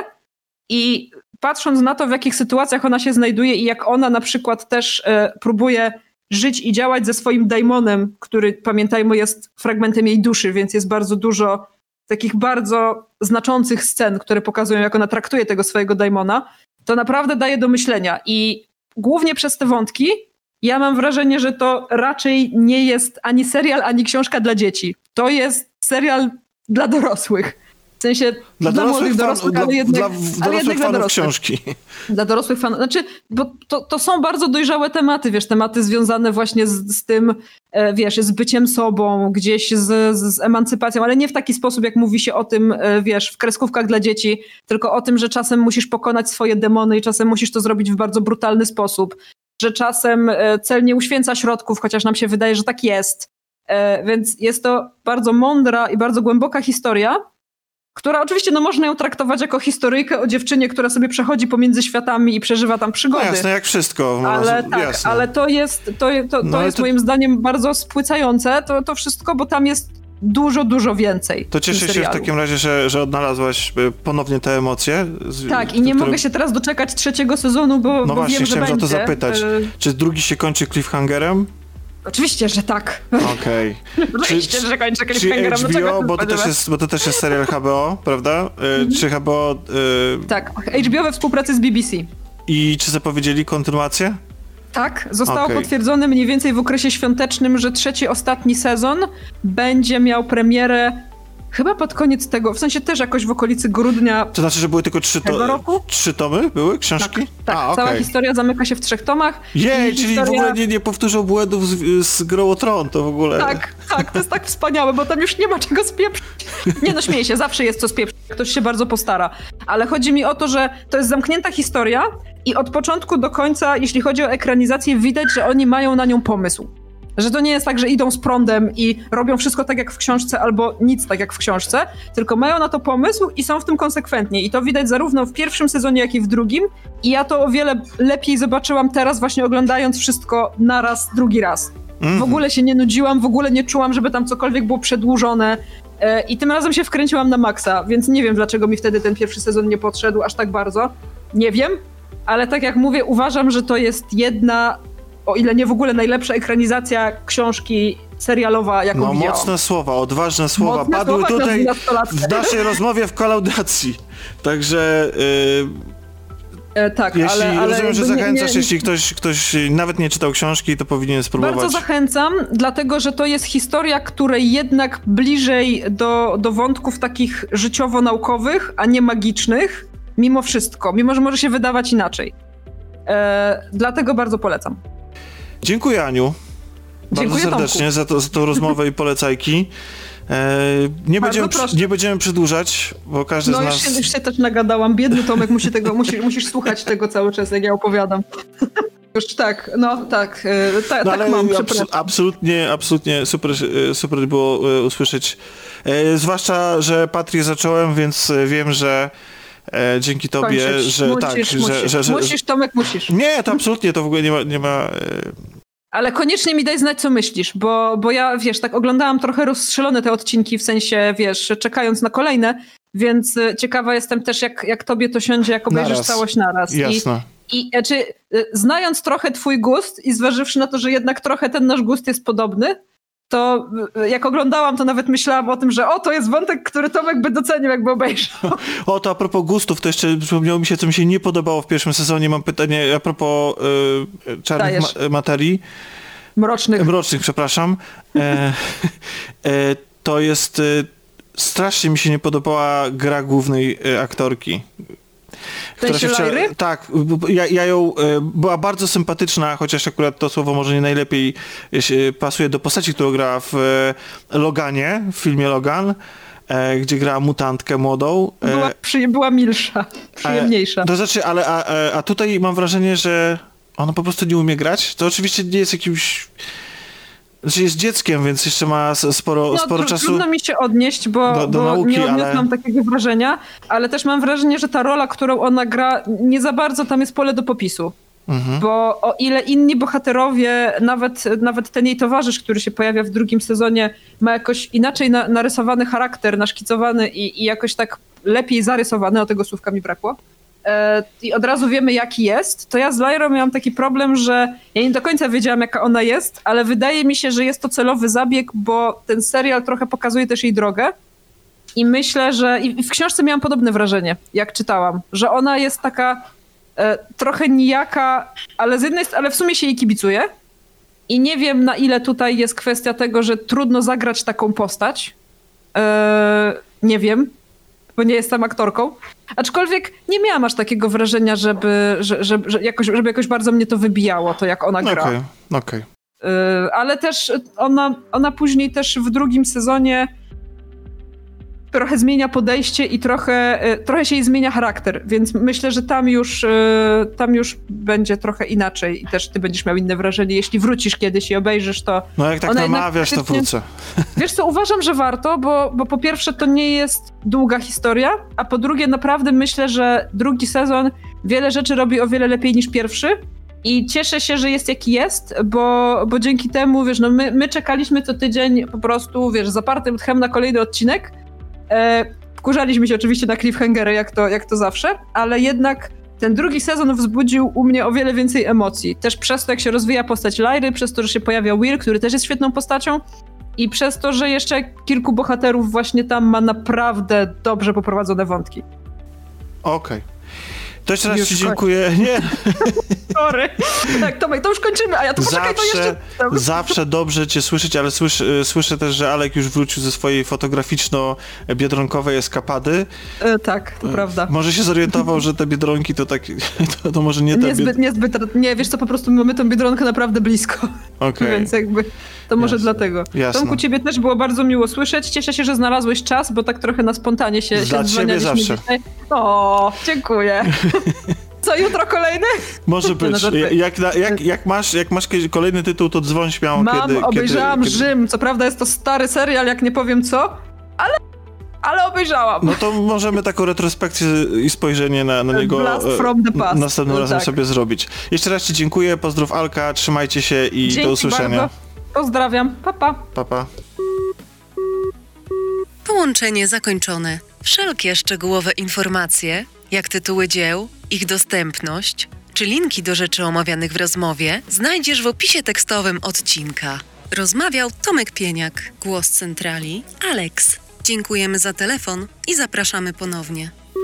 S3: i patrząc na to, w jakich sytuacjach ona się znajduje i jak ona na przykład też e, próbuje żyć i działać ze swoim daimonem, który, pamiętajmy, jest fragmentem jej duszy, więc jest bardzo dużo takich bardzo znaczących scen, które pokazują, jak ona traktuje tego swojego daimona, to naprawdę daje do myślenia. I głównie przez te wątki ja mam wrażenie, że to raczej nie jest ani serial, ani książka dla dzieci. To jest serial dla dorosłych. W sensie dla, dla młodych dorosłych,
S2: fan,
S3: ale jednak
S2: dla,
S3: dla,
S2: dla
S3: ale jednak
S2: fanów
S3: dla dorosłych.
S2: Książki.
S3: Dla dorosłych fanów. Znaczy, bo to, to są bardzo dojrzałe tematy, wiesz, tematy związane właśnie z, z tym, e, wiesz, z byciem sobą, gdzieś z, z, z emancypacją, ale nie w taki sposób, jak mówi się o tym, e, wiesz, w kreskówkach dla dzieci, tylko o tym, że czasem musisz pokonać swoje demony i czasem musisz to zrobić w bardzo brutalny sposób, że czasem e, cel nie uświęca środków, chociaż nam się wydaje, że tak jest. E, więc jest to bardzo mądra i bardzo głęboka historia, która oczywiście, no można ją traktować jako historyjkę o dziewczynie, która sobie przechodzi pomiędzy światami i przeżywa tam przygody.
S2: No jasne, jak wszystko. No,
S3: ale tak,
S2: jasne.
S3: ale to jest, to, to, to
S2: no,
S3: jest
S2: to...
S3: moim zdaniem bardzo spłycające, to, to wszystko, bo tam jest dużo, dużo więcej.
S2: To cieszę się w takim razie, że, że odnalazłaś ponownie te emocje. Z,
S3: tak, i nie które... mogę się teraz doczekać trzeciego sezonu, bo,
S2: no
S3: bo
S2: właśnie,
S3: wiem, że
S2: chciałem
S3: będzie.
S2: o to zapytać. Y... Czy drugi się kończy cliffhangerem?
S3: Oczywiście, że tak.
S2: Okej. Okay.
S3: Oczywiście, że kończę cliffhangerem.
S2: Czy H B O, bo to, też jest, bo to też jest serial H B O, prawda? Mm-hmm. Czy H B O... Y...
S3: Tak, H B O we współpracy z B B C.
S2: I czy zapowiedzieli kontynuację?
S3: Tak, zostało
S2: okay.
S3: potwierdzone mniej więcej w okresie świątecznym, że trzeci, ostatni sezon będzie miał premierę chyba pod koniec tego, w sensie też jakoś w okolicy grudnia.
S2: To znaczy, że były tylko trzy, to,
S3: roku?
S2: trzy tomy? Były książki?
S3: Tak, tak.
S2: A,
S3: cała
S2: okay.
S3: historia zamyka się w trzech tomach.
S2: Jej, czyli
S3: historia...
S2: w ogóle nie, nie powtórzą błędów z, z Grą o Tron, to w ogóle...
S3: Tak, tak, to jest tak wspaniałe, bo tam już nie ma czego spieprzyć. Nie no, śmieję się, zawsze jest co spieprzyć, ktoś się bardzo postara. Ale chodzi mi o to, że to jest zamknięta historia i od początku do końca, jeśli chodzi o ekranizację, widać, że oni mają na nią pomysł. Że to nie jest tak, że idą z prądem i robią wszystko tak jak w książce albo nic tak jak w książce, tylko mają na to pomysł i są w tym konsekwentni. I to widać zarówno w pierwszym sezonie, jak i w drugim. I ja to o wiele lepiej zobaczyłam teraz właśnie oglądając wszystko naraz, drugi raz. Mm. W ogóle się nie nudziłam, w ogóle nie czułam, żeby tam cokolwiek było przedłużone. I tym razem się wkręciłam na maksa, więc nie wiem, dlaczego mi wtedy ten pierwszy sezon nie podszedł aż tak bardzo. Nie wiem, ale tak jak mówię, uważam, że to jest jedna... o ile nie w ogóle najlepsza ekranizacja książki serialowa, jaką
S2: no,
S3: widziałam.
S2: No mocne słowa, odważne słowa
S3: mocne
S2: padły
S3: słowa
S2: tutaj w naszej rozmowie w kolaudacji. Także yy,
S3: e, tak,
S2: jeśli,
S3: ale, ale
S2: rozumiem, że zachęcasz,
S3: nie, nie,
S2: jeśli ktoś, ktoś nawet nie czytał książki, to powinien spróbować.
S3: Bardzo zachęcam, dlatego że to jest historia, której jednak bliżej do, do wątków takich życiowo-naukowych, a nie magicznych, mimo wszystko, mimo że może się wydawać inaczej. E, dlatego bardzo polecam.
S2: Dziękuję, Aniu. Bardzo
S3: Dziękuję,
S2: serdecznie za, to, za tą rozmowę i polecajki. E, nie, będziemy, nie będziemy przedłużać, bo każdy
S3: no,
S2: z nas...
S3: No już, już się też nagadałam. Biedny Tomek musi tego, musi, musisz słuchać tego cały czas, jak ja opowiadam. Już tak, no tak, ta,
S2: no,
S3: tak
S2: ale
S3: mam,
S2: absu- absolutnie, absolutnie super, super było usłyszeć. E, zwłaszcza, że Patrię zacząłem, więc wiem, że E, dzięki tobie,
S3: Kończyć.
S2: że
S3: musisz,
S2: tak,
S3: musisz.
S2: Że, że, że...
S3: Musisz, Tomek, musisz.
S2: Nie, to absolutnie, to w ogóle nie ma... Nie ma e...
S3: Ale koniecznie mi daj znać, co myślisz, bo, bo ja, wiesz, tak oglądałam trochę rozstrzelone te odcinki, w sensie, wiesz, czekając na kolejne, więc ciekawa jestem też, jak, jak tobie to siądzie, jak obejrzysz naraz. Całość naraz.
S2: Jasne.
S3: I, i znaczy, znając trochę twój gust i zważywszy na to, że jednak trochę ten nasz gust jest podobny, to jak oglądałam, to nawet myślałam o tym, że o, to jest wątek, który Tomek by docenił, jakby obejrzał.
S2: O, to a propos gustów, to jeszcze przypomniało mi się, co mi się nie podobało w pierwszym sezonie. Mam pytanie a propos y, czarnych ma- materii.
S3: Mrocznych.
S2: Mrocznych, przepraszam. E, e, to jest... Y, strasznie mi się nie podobała gra głównej y, aktorki.
S3: Która się wczera...
S2: Tak, ja, ja ją... Była bardzo sympatyczna, chociaż akurat to słowo może nie najlepiej pasuje do postaci, którą grała w Loganie, w filmie Logan. e, gdzie grała mutantkę młodą. E,
S3: była, przy, była milsza, przyjemniejsza.
S2: E, to znaczy, ale a, a tutaj mam wrażenie, że ona po prostu nie umie grać. To oczywiście nie jest jakimś... Znaczy jest dzieckiem, więc jeszcze ma sporo,
S3: no,
S2: sporo
S3: tr-
S2: czasu
S3: Trudno mi się odnieść, bo,
S2: do, do
S3: bo
S2: nauki,
S3: nie odniosłam
S2: ale...
S3: takiego wrażenia, ale też mam wrażenie, że ta rola, którą ona gra, nie za bardzo tam jest pole do popisu. Mhm. Bo o ile inni bohaterowie, nawet, nawet ten jej towarzysz, który się pojawia w drugim sezonie, ma jakoś inaczej na, narysowany charakter, naszkicowany i, i jakoś tak lepiej zarysowany, o tego słówka mi brakło, e, i od razu wiemy, jaki jest, to ja z Lyrą miałam taki problem, że ja nie do końca wiedziałam, jaka ona jest, ale wydaje mi się, że jest to celowy zabieg, bo ten serial trochę pokazuje też jej drogę i myślę, że i w książce miałam podobne wrażenie, jak czytałam, że ona jest taka e, trochę nijaka, ale z jednej strony, ale w sumie się jej kibicuje i nie wiem, na ile tutaj jest kwestia tego, że trudno zagrać taką postać. E, nie wiem, bo nie jestem aktorką. Aczkolwiek nie miałam aż takiego wrażenia, żeby, że, że, że jakoś, żeby jakoś bardzo mnie to wybijało, to jak ona gra.
S2: Okej, okay, okej.
S3: Okay. Ale też ona, ona później też w drugim sezonie trochę zmienia podejście i trochę, trochę się jej zmienia charakter, więc myślę, że tam już, tam już będzie trochę inaczej i też ty będziesz miał inne wrażenie. Jeśli wrócisz kiedyś i obejrzysz to...
S2: No jak tak namawiasz, to wrócę.
S3: Wiesz co, uważam, że warto, bo, bo po pierwsze to nie jest długa historia, a po drugie naprawdę myślę, że drugi sezon wiele rzeczy robi o wiele lepiej niż pierwszy i cieszę się, że jest jaki jest, bo, bo dzięki temu, wiesz, no my, my czekaliśmy co tydzień po prostu, wiesz, zapartym tchem na kolejny odcinek. E, wkurzaliśmy się oczywiście na cliffhangery, jak to, jak to zawsze, ale jednak ten drugi sezon wzbudził u mnie o wiele więcej emocji. Też przez to, jak się rozwija postać Lyry, przez to, że się pojawia Will, który też jest świetną postacią i przez to, że jeszcze kilku bohaterów właśnie tam ma naprawdę dobrze poprowadzone wątki.
S2: Okej. Okay. To jeszcze raz
S3: już
S2: ci dziękuję. Nie.
S3: Sorry. Tak, Tomek, to już kończymy, a ja to poczekaj,
S2: zawsze,
S3: to jeszcze...
S2: Zawsze dobrze cię słyszeć, ale słyszę, słyszę też, że Alek już wrócił ze swojej fotograficzno-biedronkowej eskapady.
S3: E, tak, to prawda.
S2: Może się zorientował, że te biedronki to tak... To, to może nie te...
S3: Niezbyt, bied... niezbyt... Nie, wiesz co, po prostu mamy tą biedronkę naprawdę blisko.
S2: Okay.
S3: Więc jakby... To może
S2: Jasne.
S3: dlatego.
S2: Jasne.
S3: Tomku, ciebie też było bardzo miło słyszeć. Cieszę się, że znalazłeś czas, bo tak trochę na spontanie się, się dzwonialiśmy
S2: zawsze.
S3: dzisiaj. O, dziękuję. Co, jutro kolejny?
S2: Może być. Jak, jak, jak, masz, jak masz kolejny tytuł, to dzwoń śmiało.
S3: Mam,
S2: kiedy,
S3: obejrzałam
S2: kiedy,
S3: Rzym. Co prawda jest to stary serial, jak nie powiem co, ale, ale obejrzałam.
S2: No to możemy taką retrospekcję i spojrzenie na, na niego
S3: Blast from the past.
S2: następnym
S3: no,
S2: razem
S3: tak.
S2: sobie zrobić. Jeszcze raz ci dziękuję, pozdrów Alka, trzymajcie się i
S3: Dzięki
S2: do usłyszenia.
S3: Bardzo. Pozdrawiam. Pa, pa.
S2: Pa, pa.
S1: Połączenie zakończone. Wszelkie szczegółowe informacje, jak tytuły dzieł, ich dostępność, czy linki do rzeczy omawianych w rozmowie, znajdziesz w opisie tekstowym odcinka. Rozmawiał Tomek Pieniak, głos centrali, Alex. Dziękujemy za telefon i zapraszamy ponownie.